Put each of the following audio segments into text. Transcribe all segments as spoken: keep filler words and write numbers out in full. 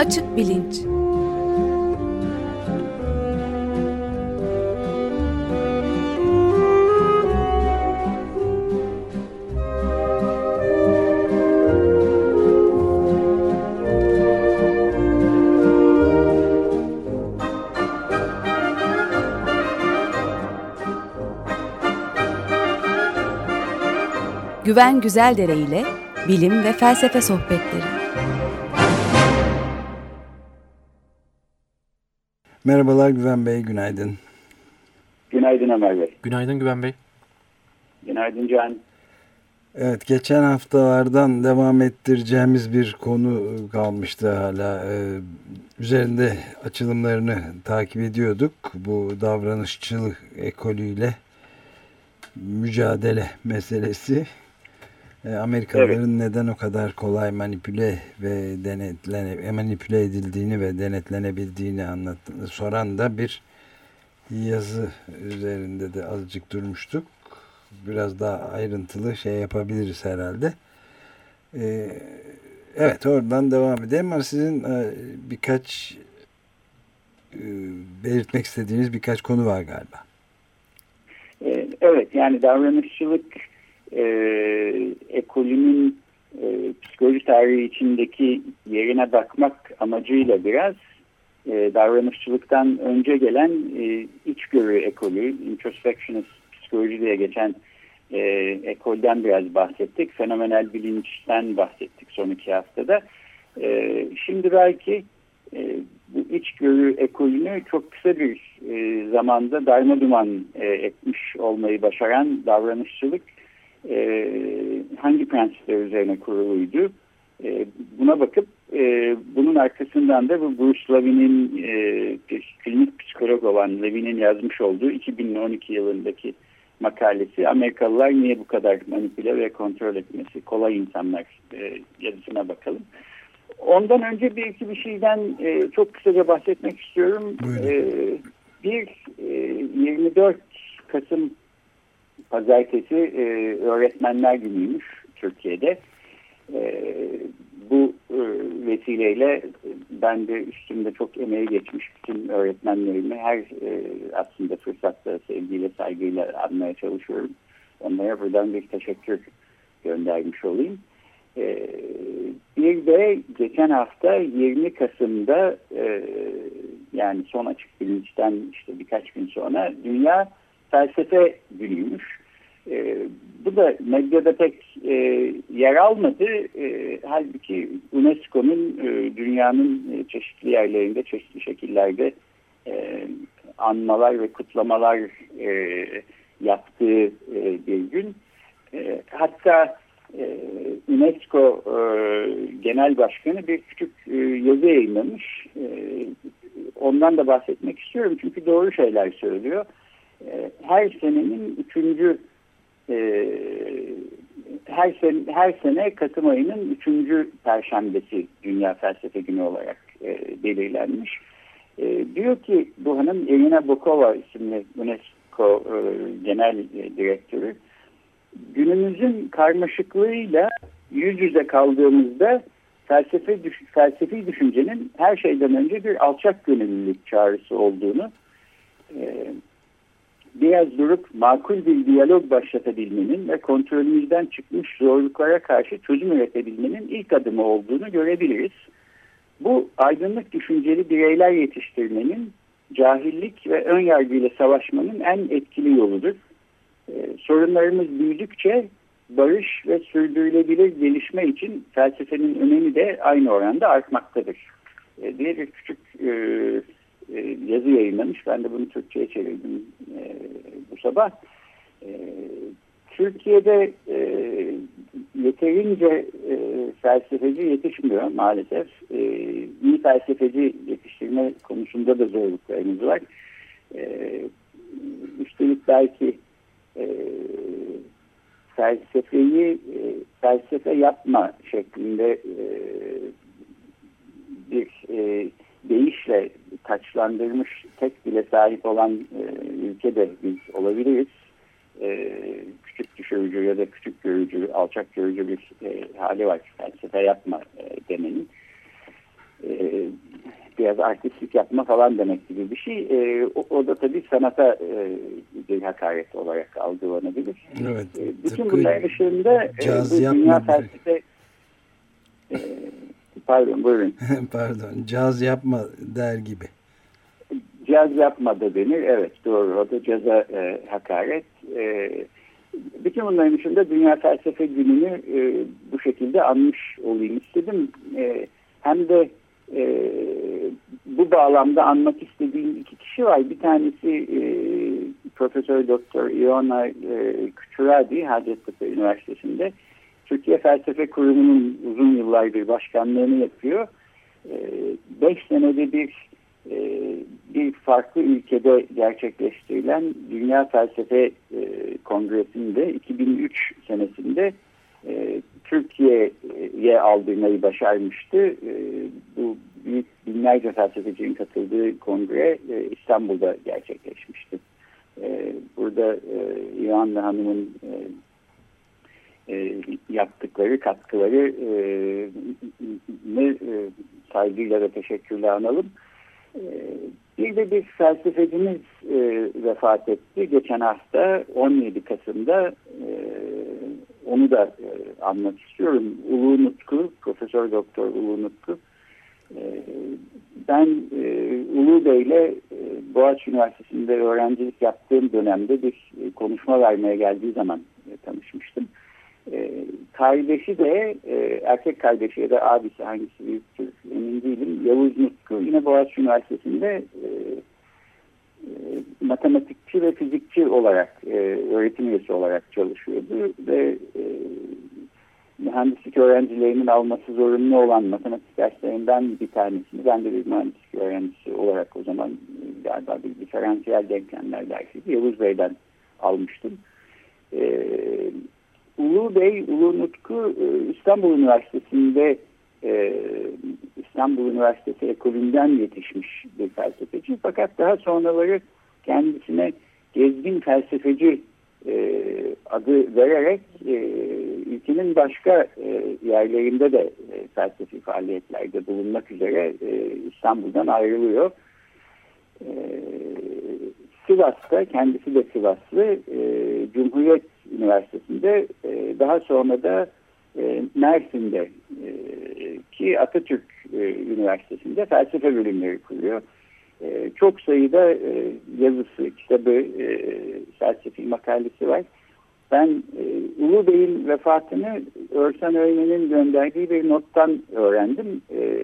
Açık bilinç. Güven Güzeldere ile bilim ve felsefe sohbetleri. Merhabalar Güven Bey, günaydın. Günaydın Ömer Bey. Günaydın Güven Bey. Günaydın Can. Evet, geçen haftalardan devam ettireceğimiz bir konu kalmıştı hala. Ee, üzerinde açılımlarını takip ediyorduk. Bu davranışçılık ekolüyle mücadele meselesi. Amerikalıların evet. neden o kadar kolay manipüle ve denetlene, manipüle edildiğini ve denetlenebildiğini anlat, soran da bir yazı üzerinde de azıcık durmuştuk. Biraz daha ayrıntılı şey yapabiliriz herhalde. Ee, evet, oradan devam edelim ama sizin e, birkaç e, belirtmek istediğiniz birkaç konu var galiba. Ee, evet, yani davranışçılık e, ekolünün e, psikoloji tarihi içindeki yerine bakmak amacıyla biraz e, davranışçılıktan önce gelen e, içgörü ekolü, introspectionist psikoloji diye geçen e, ekolden biraz bahsettik. Fenomenal bilinçten bahsettik son iki haftada. E, şimdi belki e, bu içgörü ekolünü çok kısa bir e, zamanda darmaduman e, etmiş olmayı başaran davranışçılık e, hangi prensipler üzerine kuruluydu? E, buna bakıp e, bunun arkasından da bu Bruce Levy'nin e, klinik psikolog olan Levy'nin yazmış olduğu iki bin on iki yılındaki makalesi Amerikalılar niye bu kadar manipüle ve kontrol etmesi kolay insanlar e, yazısına bakalım. Ondan önce bir iki bir şeyden e, çok kısaca bahsetmek istiyorum. E, bir e, yirmi dört Kasım Pazartesi e, Öğretmenler Günü'ymüş Türkiye'de. E, bu e, vesileyle ben de üstümde çok emeği geçmiş bütün öğretmenlerimi her e, aslında fırsatta sevgiyle, saygıyla anmaya çalışıyorum. Onlara buradan bir teşekkür göndermiş olayım. E, bir de geçen hafta yirmi Kasım'da e, yani son açık bilinçten işte birkaç gün sonra Dünya Felsefe Günü'ymüş. E, bu da medyada pek e, yer almadı. E, halbuki UNESCO'nun e, dünyanın e, çeşitli yerlerinde, çeşitli şekillerde e, anmalar ve kutlamalar e, yaptığı e, bir gün. E, hatta e, UNESCO e, Genel Başkanı bir küçük e, yazı yayınlamış. E, ondan da bahsetmek istiyorum çünkü doğru şeyler söylüyor. Her senenin üçüncü e, her sene her sene Kasım ayının üçüncü Perşembesi Dünya Felsefe Günü olarak e, belirlenmiş. E, diyor ki bu hanım Elina Bokova isimli UNESCO e, Genel e, Direktörü, günümüzün karmaşıklığıyla yüz yüze kaldığımızda felsefe felsefi düşüncenin her şeyden önce bir alçak gönüllülük çağrısı olduğunu, e, biraz durup makul bir diyalog başlatabilmenin ve kontrolümüzden çıkmış zorluklara karşı çözüm üretebilmenin ilk adımı olduğunu görebiliriz. Bu aydınlık düşünceli bireyler yetiştirmenin, cahillik ve önyargıyla savaşmanın en etkili yoludur. Ee, sorunlarımız büyüdükçe barış ve sürdürülebilir gelişme için felsefenin önemi de aynı oranda artmaktadır ee, diye bir küçük e, e, yazı yayınlamış. Ben de bunu Türkçe'ye çevirdim e, bu sabah. E, Türkiye'de e, yeterince e, felsefeci yetişmiyor maalesef. E, iyi felsefeci yetiştirme konusunda da zorluklarımız var. E, üstelik belki e, felsefeyi e, felsefe yapma şeklinde e, bir e, deyişle taçlandırmış tek bile sahip olan e, ülke de biz olabiliriz. E, küçük düşürücü ya da küçük görücü, alçak görücü bir e, hali var felsefe yapma e, demenin. e, biraz artistlik yapma falan demek gibi bir şey. E, o, o da tabii sanata e, bir hakaret olarak algılanabilir. Evet. E, bütün bunların ışığında e, bu dünya felsefe e, pardon buyurun. Pardon. Caz yapma der gibi. Caz yapma da denir. Evet doğru. O da caza e, hakaret. E, bütün bunların dışında Dünya Felsefe Günü'nü e, bu şekilde anmış olayım istedim. E, hem de e, bu bağlamda anmak istediğim iki kişi var. Bir tanesi e, Profesör Doktor Ioana e, Küçüradi Hacettepe Üniversitesi'nde Türkiye Felsefe Kurumu'nun uzun yıllardır başkanlığını yapıyor. E, beş senede bir e, bir farklı ülkede gerçekleştirilen Dünya Felsefe e, Kongresi'nde iki bin üç senesinde e, Türkiye'ye aldırmayı başarmıştı. E, bu büyük binlerce felsefecinin katıldığı kongre e, İstanbul'da gerçekleşmişti. E, burada e, İvan Hanım'ın e, e, yaptıkları katkıları e, ne e, saygıyla ve teşekkürle analım. Bir de bir felsefecimiz e, vefat etti. Geçen hafta on yedi Kasım'da e, onu da e, anmak istiyorum. Ulu Nutku, Profesör Doktor Ulu Nutku. E, ben e, Ulu Bey'le e, Boğaziçi Üniversitesi'nde öğrencilik yaptığım dönemde bir e, konuşma vermeye geldiği zaman e, tanışmıştım. E, kardeşi de e, erkek kardeşi ya da abisi hangisi büyüktür emin değilim. Yavuz Nutku yine Boğaziçi Üniversitesi'nde e, e, matematikçi ve fizikçi olarak e, öğretim üyesi olarak çalışıyordu ve e, mühendislik öğrencilerinin alması zorunlu olan matematik derslerinden bir tanesini ben de bir mühendislik öğrencisi olarak o zaman e, galiba bir diferansiyel denklemler dersiydi. Yavuz Bey'den almıştım. E, Ulu Bey, Ulu Nutku İstanbul Üniversitesi'nde e, İstanbul Üniversitesi ekolünden yetişmiş bir felsefeci. Fakat daha sonraları kendisine gezgin felsefeci e, adı vererek e, ülkenin başka e, yerlerinde de e, felsefi faaliyetlerde bulunmak üzere e, İstanbul'dan ayrılıyor. E, Sivas'ta, kendisi de Sivaslı, e, Cumhuriyet Üniversitesi'nde e, daha sonra da e, Mersin'de e, ki Atatürk e, Üniversitesi'nde felsefe bölümleri kuruyor. E, çok sayıda e, yazısı, kitabı, e, felsefi makalesi var. Ben e, Ulu Bey'in vefatını Örsen Öğmen'in gönderdiği bir nottan öğrendim. E,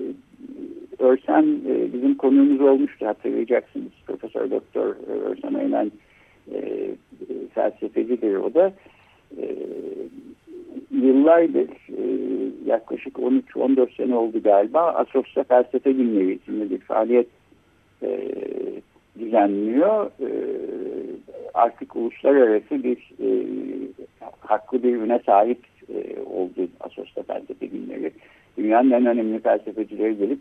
Örsen e, bizim konuğumuz olmuştu, hatırlayacaksınız. Profesör Doktor Örsen Öğmen e, felsefecidir o da. E, yıllardır e, yaklaşık on üç on dört sene oldu galiba Asos'ta Felsefe Günleri isimli bir faaliyet e, düzenliyor. E, artık uluslararası bir e, haklı bir üne sahip e, oldu Asos'ta Felsefe Günleri. Dünyanın en önemli felsefecileri gelip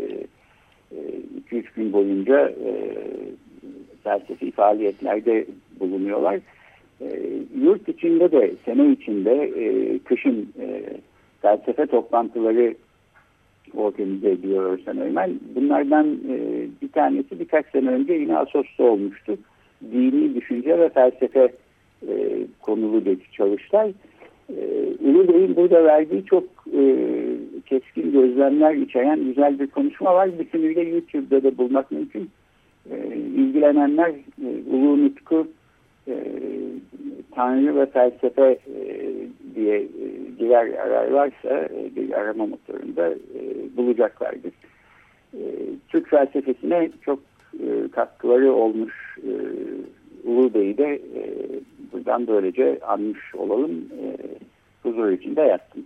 iki üç gün boyunca e, felsefi faaliyetlerde bulunuyorlar. E, yurt içinde de sene içinde e, kışın e, felsefe toplantıları organize ediyor Örsen Öğmen. Bunlardan e, bir tanesi birkaç sene önce yine Asos'ta olmuştu. Dini düşünce ve felsefe e, konulu bir çalıştay. E, Ulu Bey'in burada verdiği çok e, keskin gözlemler içeren güzel bir konuşma var. Bütünüyle YouTube'da da bulmak mümkün. E, ilgilenenler e, Ulu Nutku e, Tanrı ve Felsefe e, diye e, girer ararlarsa e, bir arama motorunda e, bulacaklardır. E, Türk felsefesine çok e, katkıları olmuş e, Ulu Bey'i de e, buradan böylece anmış olalım. E, huzur içinde yattım.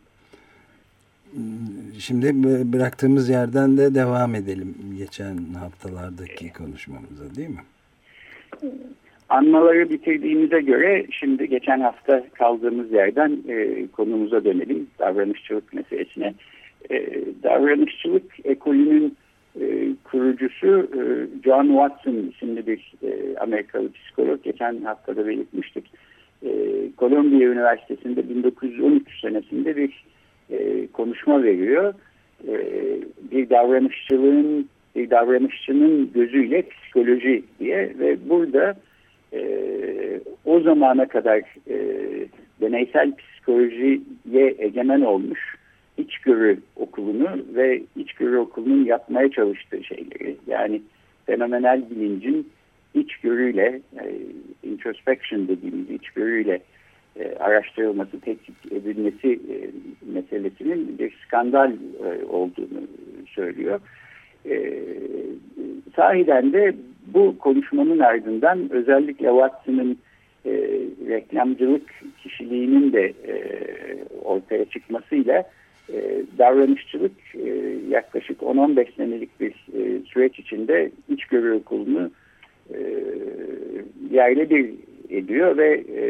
Şimdi bıraktığımız yerden de devam edelim geçen haftalardaki konuşmamıza, değil mi? Anmaları bitirdiğimize göre şimdi geçen hafta kaldığımız yerden e, konumuza dönelim, davranışçılık meselesine. E, davranışçılık ekolünün e, kurucusu e, John Watson isimli bir e, Amerikalı psikolog, geçen haftada belirtmiştik. E, Columbia Üniversitesi'nde bin dokuz yüz on üç senesinde bir e, konuşma veriyor. e, bir davranışçılığın bir davranışçının gözüyle psikoloji diye ve burada e, o zamana kadar e, deneysel psikolojiye egemen olmuş içgörü okulunu ve içgörü okulunun yapmaya çalıştığı şeyleri, yani fenomenal bilincin içgörüyle, e, introspection dediğimiz içgörüyle e, araştırılması, tetkik edilmesi e, meselesinin bir skandal e, olduğunu söylüyor. E, sahiden de bu konuşmanın ardından özellikle Watson'ın e, reklamcılık kişiliğinin de e, ortaya çıkmasıyla e, davranışçılık e, yaklaşık on on beş senelik bir e, süreç içinde içgörü okulunu e, yerle bir ediyor ve e,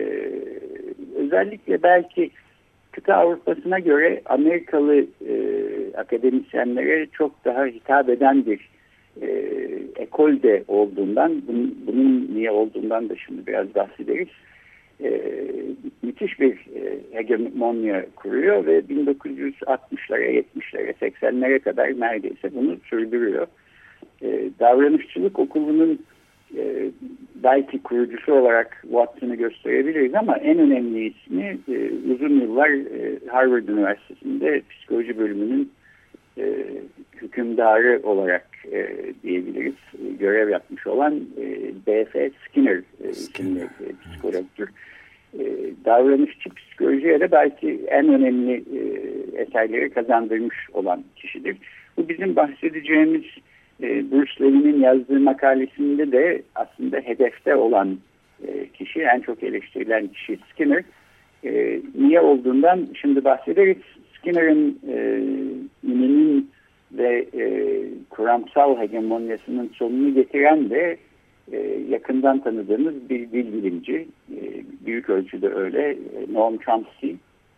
özellikle belki kıta Avrupa'sına göre Amerikalı e, akademisyenlere çok daha hitap eden bir e, ekolde olduğundan, bunun, bunun niye olduğundan da şimdi biraz bahsederiz. E, müthiş bir e, hegemonya kuruyor ve bin dokuz yüz altmışlara, yetmişlere, seksenlere kadar neredeyse bunu sürdürüyor. E, davranışçılık okulunun e, belki kurucusu olarak Watson'ı gösterebiliriz ama en önemli ismi e, uzun yıllar e, Harvard Üniversitesi'nde psikoloji bölümünün e, hükümdarı olarak e, diyebiliriz. E, görev yapmış olan e, B F Skinner e, isimli e, psikologdur. E, davranışçı psikolojiye de belki en önemli e, eserleri kazandırmış olan kişidir. Bu bizim bahsedeceğimiz e, Bruce Levy'nin yazdığı makalesinde de aslında hedefte olan e, kişi, en çok eleştirilen kişi Skinner. E, niye olduğundan şimdi bahsederiz. Skinner'ın e, ününün ve e, kuramsal hegemonyasının sonunu getiren de e, yakından tanıdığımız bir dil bilimci. E, büyük ölçüde öyle. E, Noam Chomsky.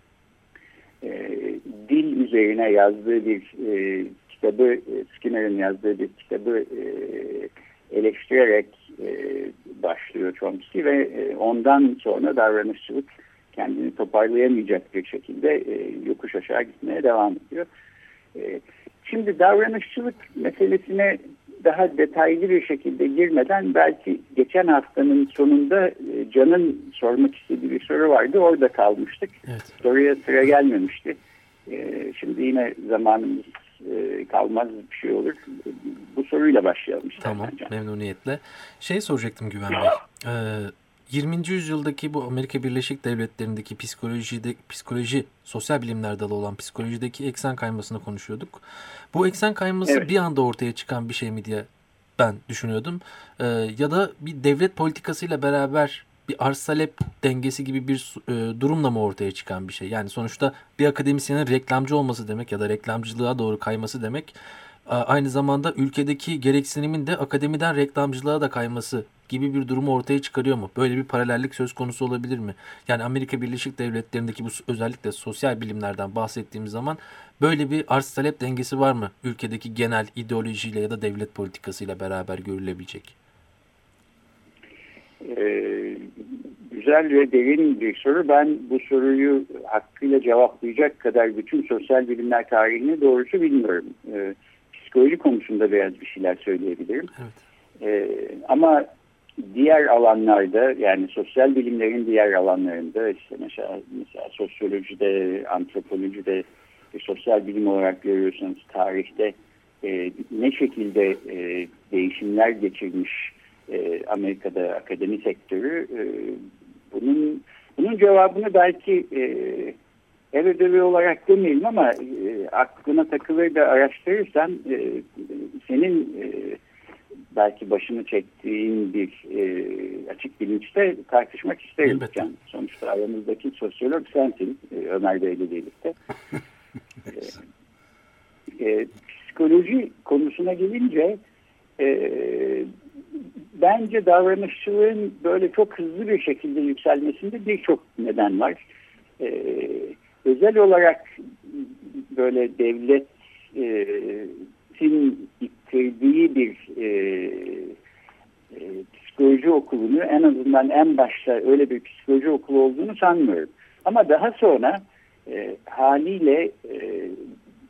E, dil üzerine yazdığı bir e, kitabı, Skinner'ın yazdığı bir kitabı e, eleştirerek e, başlıyor Chomsky ve e, ondan sonra davranışçılık kendini toparlayamayacak bir şekilde e, yokuş aşağı gitmeye devam ediyor. E, şimdi davranışçılık meselesine daha detaylı bir şekilde girmeden belki geçen haftanın sonunda e, Can'ın sormak istediği bir soru vardı. Orada kalmıştık. Evet. Soruya sıra gelmemişti. E, şimdi yine zamanımız e, kalmaz bir şey olur. Bu soruyla başlayalım. Tamam, Can. Memnuniyetle. Şey soracaktım Güven Bey. Ee, yirminci yüzyıldaki bu Amerika Birleşik Devletleri'ndeki psikolojide, psikoloji, sosyal bilimler dalı olan psikolojideki eksen kaymasını konuşuyorduk. Bu eksen kayması evet. bir anda ortaya çıkan bir şey mi diye ben düşünüyordum. Ee, ya da bir devlet politikasıyla beraber bir arz talep dengesi gibi bir e, durumla mı ortaya çıkan bir şey? Yani sonuçta bir akademisyenin reklamcı olması demek ya da reklamcılığa doğru kayması demek aynı zamanda ülkedeki gereksinimin de akademiden reklamcılığa da kayması gibi bir durumu ortaya çıkarıyor mu? Böyle bir paralellik söz konusu olabilir mi? Yani Amerika Birleşik Devletleri'ndeki bu özellikle sosyal bilimlerden bahsettiğimiz zaman böyle bir arz talep dengesi var mı? Ülkedeki genel ideolojiyle ya da devlet politikasıyla beraber görülebilecek. Ee, güzel ve derin bir soru. Ben bu soruyu hakkıyla cevaplayacak kadar bütün sosyal bilimler tarihini doğrusu bilmiyorum. Ee, psikoloji konusunda biraz bir şeyler söyleyebilirim. Evet. Ee, ama diğer alanlarda, yani sosyal bilimlerin diğer alanlarında, işte mesela, mesela sosyolojide, antropolojide, e, sosyal bilim olarak görüyorsanız tarihte e, ne şekilde e, değişimler geçirmiş e, Amerika'da akademi sektörü, e, bunun bunun cevabını belki e, ev ödevi olarak demeyelim ama e, aklına takılır da araştırırsan e, senin e, belki başını çektiğin bir e, açık bilinçte tartışmak isterim. Yani sonuçta aramızdaki sosyolog sensin, e, Ömer Bey'le birlikte. e, e, psikoloji konusuna gelince e, bence davranışçılığın böyle çok hızlı bir şekilde yükselmesinde birçok neden var. E, özel olarak böyle devletin ittirdiği bir e, e, psikoloji okulunu, en azından en başta öyle bir psikoloji okulu olduğunu sanmıyorum. Ama daha sonra e, haliyle e,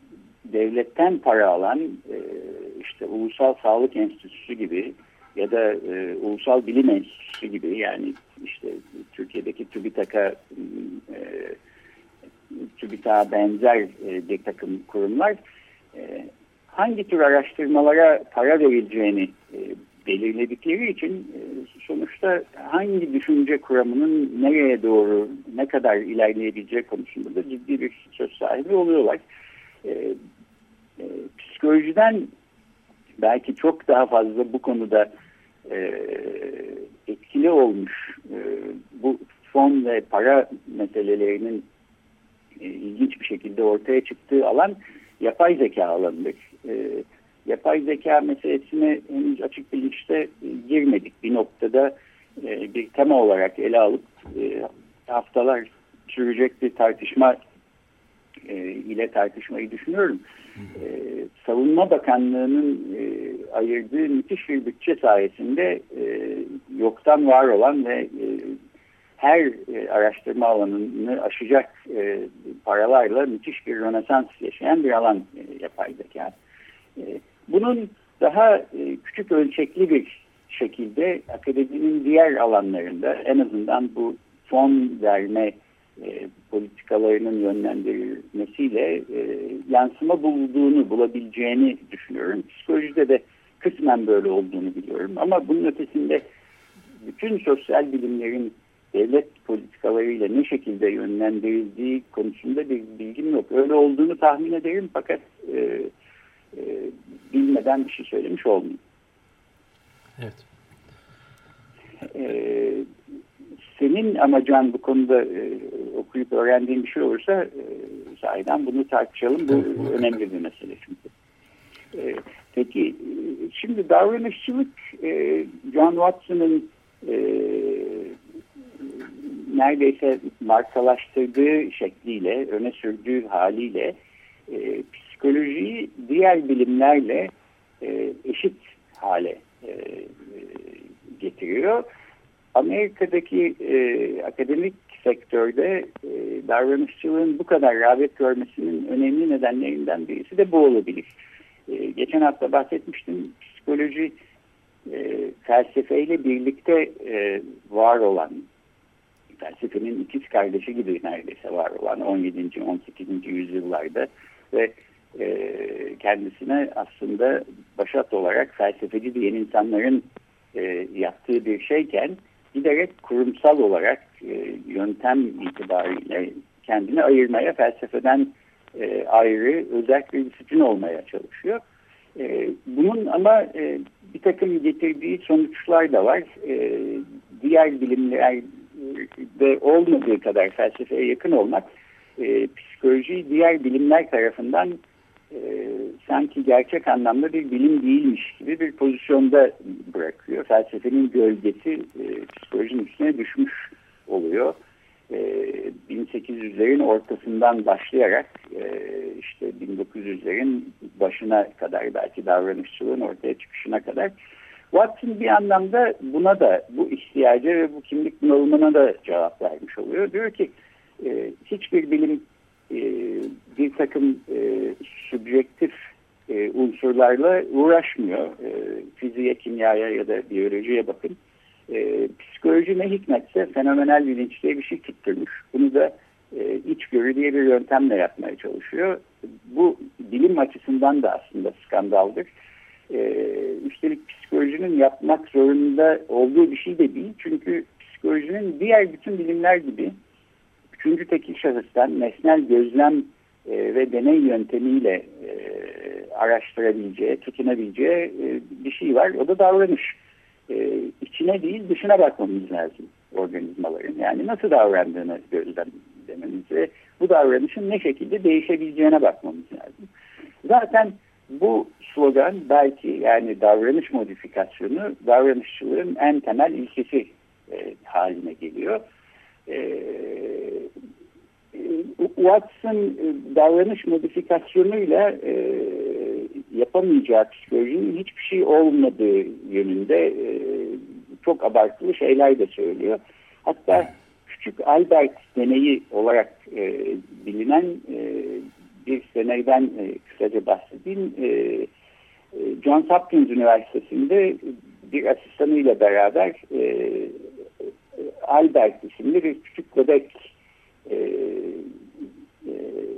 devletten para alan e, işte Ulusal Sağlık Enstitüsü gibi ya da e, Ulusal Bilim Enstitüsü gibi, yani işte Türkiye'deki TÜBİTAK'a e, TÜBİTAK'a benzer e, bir takım kurumlar e, hangi tür araştırmalara para verileceğini e, belirledikleri için e, sonuçta hangi düşünce kuramının nereye doğru ne kadar ilerleyebileceği konusunda da ciddi bir söz sahibi oluyorlar. E, e, psikolojiden belki çok daha fazla bu konuda e, etkili olmuş e, bu fon ve para meselelerinin e, ilginç bir şekilde ortaya çıktığı alan yapay zeka alanıdır. E, yapay zeka meselesine henüz açık bilinçte e, girmedik. Bir noktada e, bir tema olarak ele alıp e, haftalar sürecek bir tartışma e, ile tartışmayı düşünüyorum. E, Savunma Bakanlığı'nın e, ayırdığı müthiş bir bütçe sayesinde e, yoktan var olan ve e, her e, araştırma alanını aşacak e, paralarla müthiş bir rönesans yaşayan bir alan e, yapay zeka. E, bunun daha e, küçük ölçekli bir şekilde akademinin diğer alanlarında en azından bu fon verme e, politikalarının yönlendirilmesiyle e, yansıma bulduğunu, bulabileceğini düşünüyorum. Psikolojide de kısmen böyle olduğunu biliyorum ama bunun ötesinde bütün sosyal bilimlerin devlet politikalarıyla ne şekilde yönlendirildiği konusunda bir bilgim yok. Öyle olduğunu tahmin ederim fakat e, e, bilmeden bir şey söylemiş olmayayım. Evet. E, senin ama Can bu konuda e, okuyup öğrendiğin bir şey olursa e, sahiden bunu tartışalım. Bu evet, önemli bir mesele çünkü. E, peki şimdi davranışçılık e, John Watson'ın e, neredeyse markalaştırdığı şekliyle, öne sürdüğü haliyle e, psikolojiyi diğer bilimlerle e, eşit hale e, getiriyor. Amerika'daki e, akademik sektörde e, davranışçılığın bu kadar rağbet görmesinin önemli nedenlerinden birisi de bu olabilir. E, geçen hafta bahsetmiştim, psikoloji e, felsefeyle birlikte e, var olan, felsefenin ikiz kardeşi gibi neredeyse var olan on yedinci on sekizinci yüzyıllarda ve e, kendisine aslında başat olarak felsefeci diyen insanların e, yaptığı bir şeyken giderek kurumsal olarak e, yöntem itibariyle kendini ayırmaya, felsefeden e, ayrı özel bir disiplin olmaya çalışıyor. E, bunun ama e, bir takım getirdiği sonuçlar da var. E, diğer bilimlerde olmadığı kadar felsefeye yakın olmak e, psikolojiyi diğer bilimler tarafından e, sanki gerçek anlamda bir bilim değilmiş gibi bir pozisyonda bırakıyor. Felsefenin gölgesi e, psikolojinin üstüne düşmüş oluyor. E, bin sekiz yüzlerin ortasından başlayarak e, işte bin dokuz yüzlerin başına kadar, belki davranışçılığın ortaya çıkışına kadar Watson bir anlamda buna da, bu ihtiyaca ve bu kimlik bunalımına da cevap vermiş oluyor. Diyor ki e, hiçbir bilim e, bir takım e, subjektif e, unsurlarla uğraşmıyor. E, fiziğe, kimyaya ya da biyolojiye bakın. E, psikoloji ne hikmetse fenomenal bilinç diye bir şey tutturmuş. Bunu da e, içgörü diye bir yöntemle yapmaya çalışıyor. Bu bilim açısından da aslında skandaldır. E, üstelik psikolojinin yapmak zorunda olduğu bir şey de değil. Çünkü psikolojinin diğer bütün bilimler gibi üçüncü tekil şahıstan nesnel gözlem e, ve deney yöntemiyle e, araştırabileceği, tutunabileceği e, bir şey var. O da davranış. E, içine değil dışına bakmamız lazım organizmaların. Yani nasıl davrandığını gözlemlememiz ve bu davranışın ne şekilde değişebileceğine bakmamız lazım. Zaten bu slogan belki, yani davranış modifikasyonu, davranışçılığın en temel ilkesi e, haline geliyor. E, Watson e, davranış modifikasyonuyla e, yapamayacağı psikolojinin hiçbir şey olmadığı yönünde e, çok abartılı şeyler de söylüyor. Hatta küçük Albert deneyi olarak e, bilinen e, bir deneyden e, kısaca bahsedeyim. E, e, Johns Hopkins Üniversitesi'nde bir asistanıyla beraber e, Albert isimli bir küçük bebek e, e,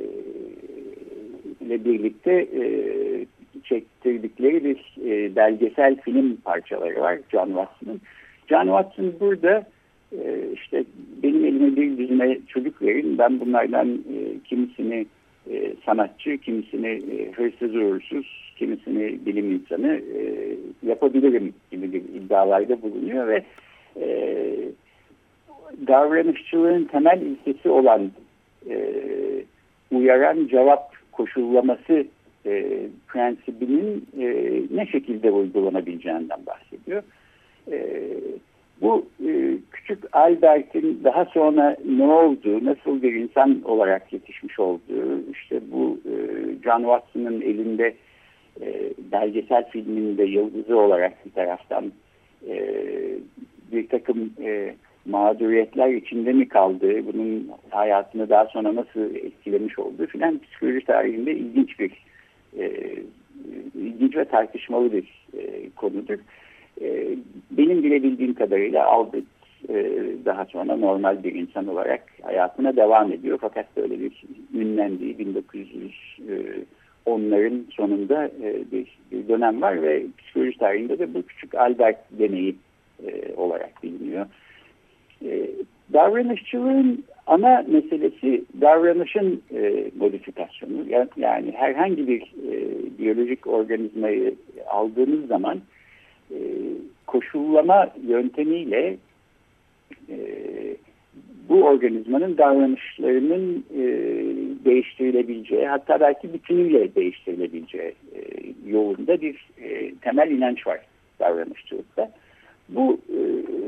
ile birlikte e, çektirdikleri bir e, belgesel film parçaları var John Watson'ın. John Watson burada e, işte benim elime bir düzine çocuk verin, ben bunlardan e, kimisini e, sanatçı, kimisini e, hırsız uğursuz, kimisini bilim insanı e, yapabilirim gibi bir iddialarda bulunuyor ve e, davranışçılığın temel ilkesi olan e, uyaran cevap koşullaması e, prensibinin e, ne şekilde uygulanabileceğinden bahsediyor. E, bu e, küçük Albert'in daha sonra ne olduğu, nasıl bir insan olarak yetişmiş olduğu, işte bu e, John Watson'ın elinde e, belgesel filminde yıldızı olarak bir taraftan e, bir takım e, mağduriyetler içinde mi kaldığı, bunun hayatını daha sonra nasıl etkilemiş olduğu filan psikoloji tarihinde ilginç bir e, ilginç ve tartışmalı bir e, konudur. E, benim bilebildiğim kadarıyla Albert e, daha sonra normal bir insan olarak hayatına devam ediyor. Fakat böyle bir ünlendiği bin dokuz yüz onların sonunda e, bir, bir dönem var ve psikoloji tarihinde de bu küçük Albert deneyi e, olarak biliniyor. E, davranışçılığın ana meselesi davranışın e, modifikasyonu. Yani, yani herhangi bir e, biyolojik organizmayı aldığınız zaman e, koşullama yöntemiyle e, bu organizmanın davranışlarının e, değiştirilebileceği, hatta belki bütünüyle değiştirilebileceği e, yolunda bir e, temel inanç var davranışçılıkta. Bu e,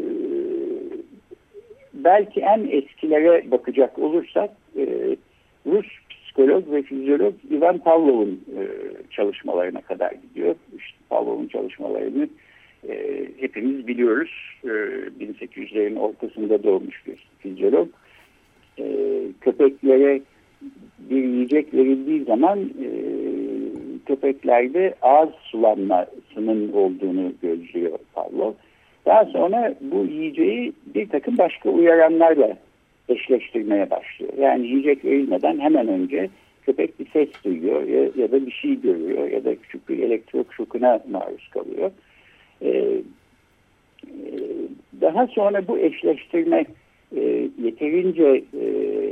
belki en eskilere bakacak olursak e, Rus psikolog ve fizyolog Ivan Pavlov'un e, çalışmalarına kadar gidiyor. İşte Pavlov'un çalışmalarını e, hepimiz biliyoruz. E, bin sekiz yüzlerin ortasında doğmuş bir fizyolog. E, köpeklere bir yiyecek verildiği zaman e, köpeklerde ağız sulanmasının olduğunu gözlüyor Pavlov. Daha sonra bu yiyeceği bir takım başka uyaranlarla eşleştirmeye başlıyor. Yani yiyecek verilmeden hemen önce köpek bir ses duyuyor ya, ya da bir şey görüyor ya da küçük bir elektrik şokuna maruz kalıyor. Ee, e, daha sonra bu eşleştirme e, yeterince e,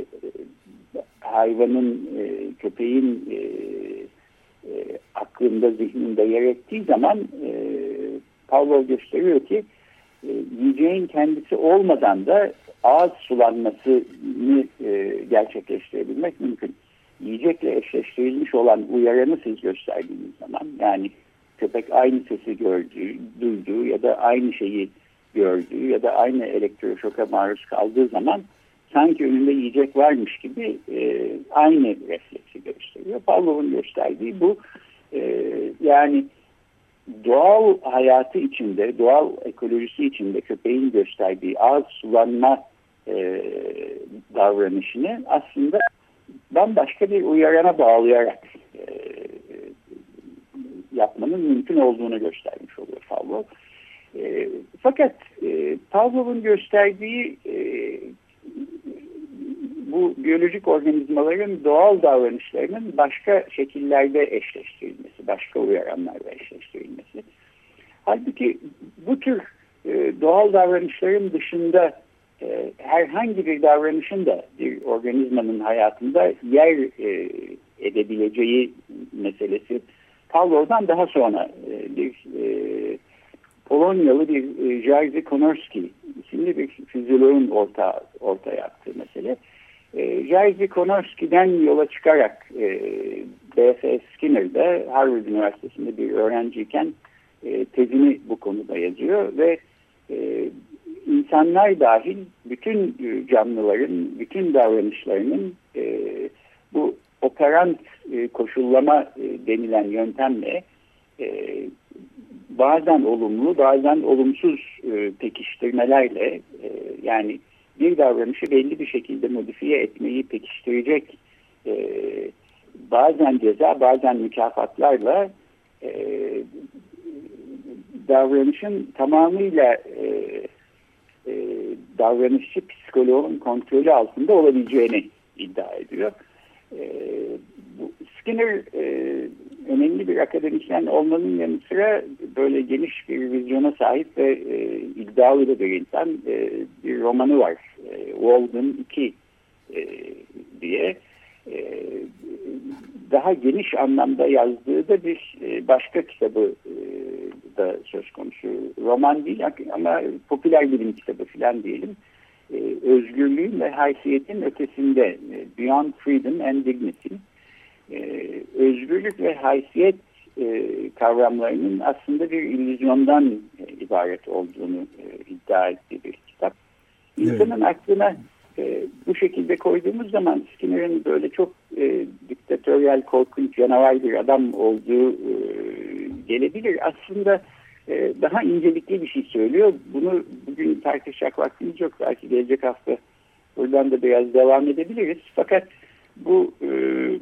hayvanın, e, köpeğin e, e, aklında, zihninde yer ettiği zaman e, Pavlov gösteriyor ki e, yiyeceğin kendisi olmadan da ağız sulanmasını e, gerçekleştirebilmek mümkün. Yiyecekle eşleştirilmiş olan uyaranı siz gösterdiğiniz zaman, yani köpek aynı sesi gördüğü, duyduğu ya da aynı şeyi gördüğü ya da aynı elektroşoka maruz kaldığı zaman sanki önünde yiyecek varmış gibi e, aynı refleksi gösteriyor. Pavlov'un gösterdiği bu. E, yani doğal hayatı içinde, doğal ekolojisi içinde köpeğin gösterdiği ağız sulanma e, davranışını aslında bambaşka bir uyarana bağlayarak e, yapmanın mümkün olduğunu göstermiş oluyor Pavlov. E, fakat e, Pavlov'un gösterdiği e, bu biyolojik organizmaların doğal davranışlarının başka şekillerde eşleştirilmesi, başka uyaranlarla eşleştirilmesi. Halbuki bu tür e, doğal davranışların dışında e, herhangi bir davranışın da bir organizmanın hayatında yer e, edebileceği meselesi Pavlov'dan daha sonra e, bir e, Polonyalı bir e, Jerzy Konorski isimli bir fizyoloğun orta, ortaya attığı mesele. E, Jerzy Konorski'den yola çıkarak e, B F Skinner'da Harvard Üniversitesi'nde bir öğrenciyken e, tezini bu konuda yazıyor ve e, insanlar dahil bütün canlıların, bütün davranışlarının e, bu operant e, koşullama e, denilen yöntemle e, bazen olumlu, bazen olumsuz e, pekiştirmelerle e, yani bir davranışı belli bir şekilde modifiye etmeyi pekiştirecek e, bazen ceza, bazen mükafatlarla e, davranışın tamamıyla e, e, davranışçı psikoloğun kontrolü altında olabileceğini iddia ediyor. E, bu Skinner e, önemli bir akademisyen olmanın yanı sıra böyle geniş bir vizyona sahip ve e, iddialı da bir insan. E, bir romanı var. E, Walden iki e, diye. E, daha geniş anlamda yazdığı da bir e, başka kitabı e, da söz konusu. Roman değil ama popüler bilim kitabı falan diyelim. E, özgürlüğün ve haysiyetin ötesinde e, Beyond Freedom and Dignity. E, özgürlük ve haysiyet e, kavramlarının aslında bir illüzyondan e, ibaret olduğunu e, iddia ettiği bir kitap. İnsanın evet. aklına e, bu şekilde koyduğumuz zaman Skinner'ın böyle çok e, diktatöryel, korkunç, canavar bir adam olduğu e, gelebilir. Aslında e, daha incelikli bir şey söylüyor. Bunu bugün tartışacak vaktimiz yok. Belki gelecek hafta buradan da biraz devam edebiliriz. Fakat bu e,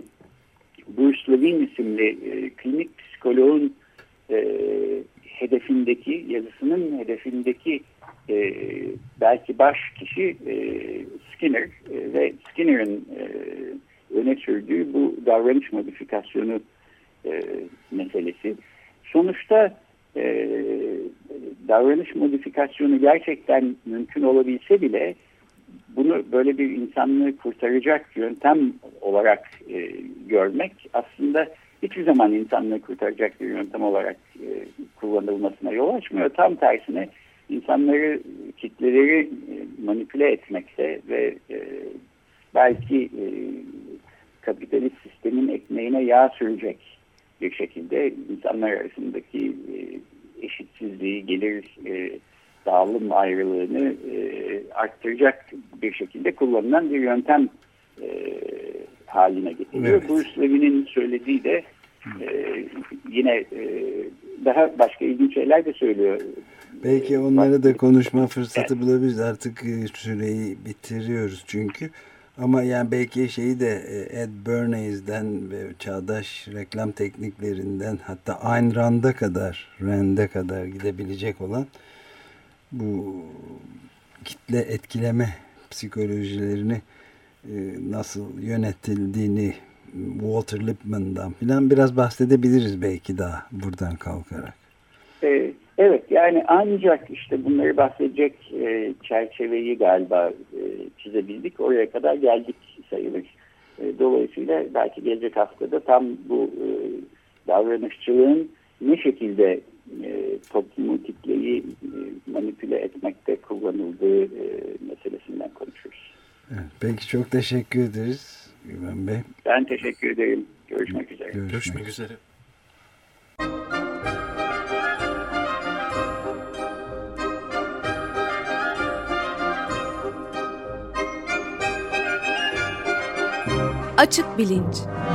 Bruce Levine isimli e, klinik psikoloğun e, hedefindeki, yazısının hedefindeki e, belki baş kişi e, Skinner e, ve Skinner'ın e, öne sürdüğü bu davranış modifikasyonu e, meselesi. Sonuçta e, davranış modifikasyonu gerçekten mümkün olabilse bile bunu böyle bir insanlığı kurtaracak yöntem olarak e, görmek aslında hiçbir zaman insanlığı kurtaracak bir yöntem olarak e, kullanılmasına yol açmıyor. Tam tersine insanları, kitleleri e, manipüle etmekte ve e, belki e, kapitalist sistemin ekmeğine yağ sürecek bir şekilde insanlar arasındaki e, eşitsizliği, gelir e, dağılım ayrılığını e, arttıracak bir şekilde kullanılan bir yöntem e, haline getiriyor. Evet. Bruce Levine'in söylediği de e, yine e, daha başka ilginç şeyler de söylüyor. Belki onları da konuşma fırsatı evet. bulabiliriz. Artık süreyi bitiriyoruz çünkü. Ama yani belki şeyi de Ed Bernays'den ve çağdaş reklam tekniklerinden hatta Ayn Rand'a kadar, Rand'e kadar gidebilecek olan bu kitle etkileme psikolojilerini e, nasıl yönetildiğini Walter Lippmann'dan falan biraz bahsedebiliriz belki daha buradan kalkarak. E, evet yani ancak işte bunları bahsedecek e, çerçeveyi galiba e, çizebildik. Oraya kadar geldik sayılır. E, dolayısıyla belki gelecek haftada tam bu e, davranışçılığın ne şekilde e, toplumu, kitleyi e, manipüle etmekte kullanıldığı e, meselesinden konuşuruz. Evet, peki çok teşekkür ederiz Güven Bey. Ben teşekkür ederim. Görüşmek üzere. Görüşmek, Görüşmek üzere. Açık Bilinç.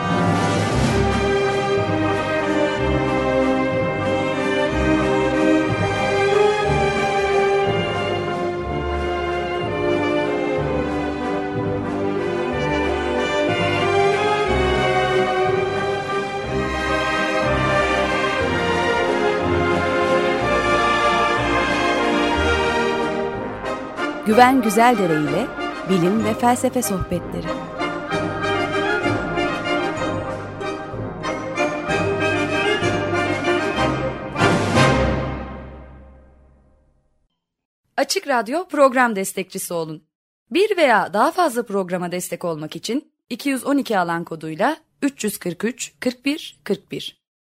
Güven Güzeldere ile bilim ve felsefe sohbetleri. Açık Radyo program destekçisi olun. Bir veya daha fazla programa destek olmak için iki yüz on iki alan koduyla üç yüz kırk üç kırk bir kırk bir